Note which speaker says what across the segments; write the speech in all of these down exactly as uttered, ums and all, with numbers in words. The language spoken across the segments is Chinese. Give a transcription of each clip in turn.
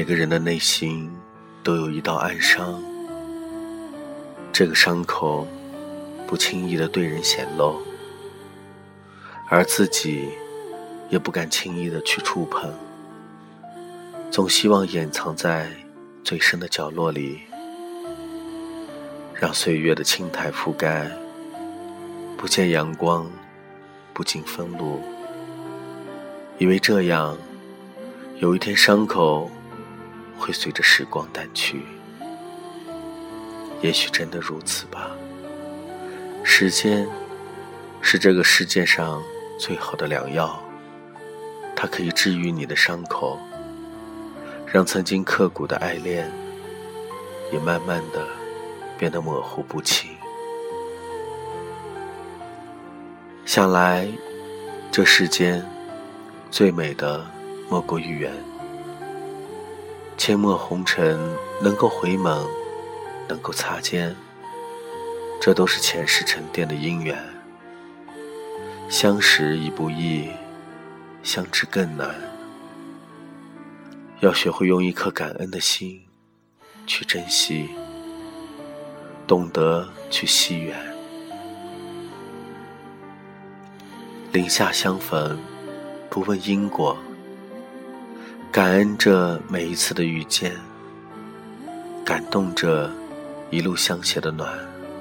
Speaker 1: 每个人的内心都有一道暗伤，这个伤口不轻易地对人显露，而自己也不敢轻易地去触碰，总希望掩藏在最深的角落里，让岁月的青苔覆盖，不见阳光，不尽风露，以为这样有一天伤口会随着时光淡去。也许真的如此吧，时间是这个世界上最好的良药，它可以治愈你的伤口，让曾经刻骨的爱恋也慢慢的变得模糊不清。想来这世间最美的莫过于缘，阡陌红尘能够回眸，能够擦肩，这都是前世沉淀的因缘。相识已不易，相知更难，要学会用一颗感恩的心去珍惜，懂得去惜缘。林下相逢，不问因果，感恩着每一次的遇见，感动着一路相携的暖。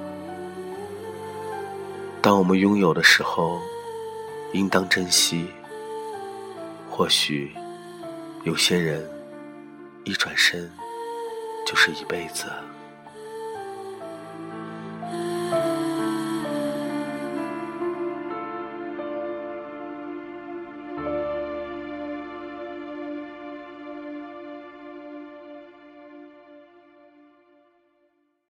Speaker 1: 当我们拥有的时候，应当珍惜，或许有些人一转身就是一辈子。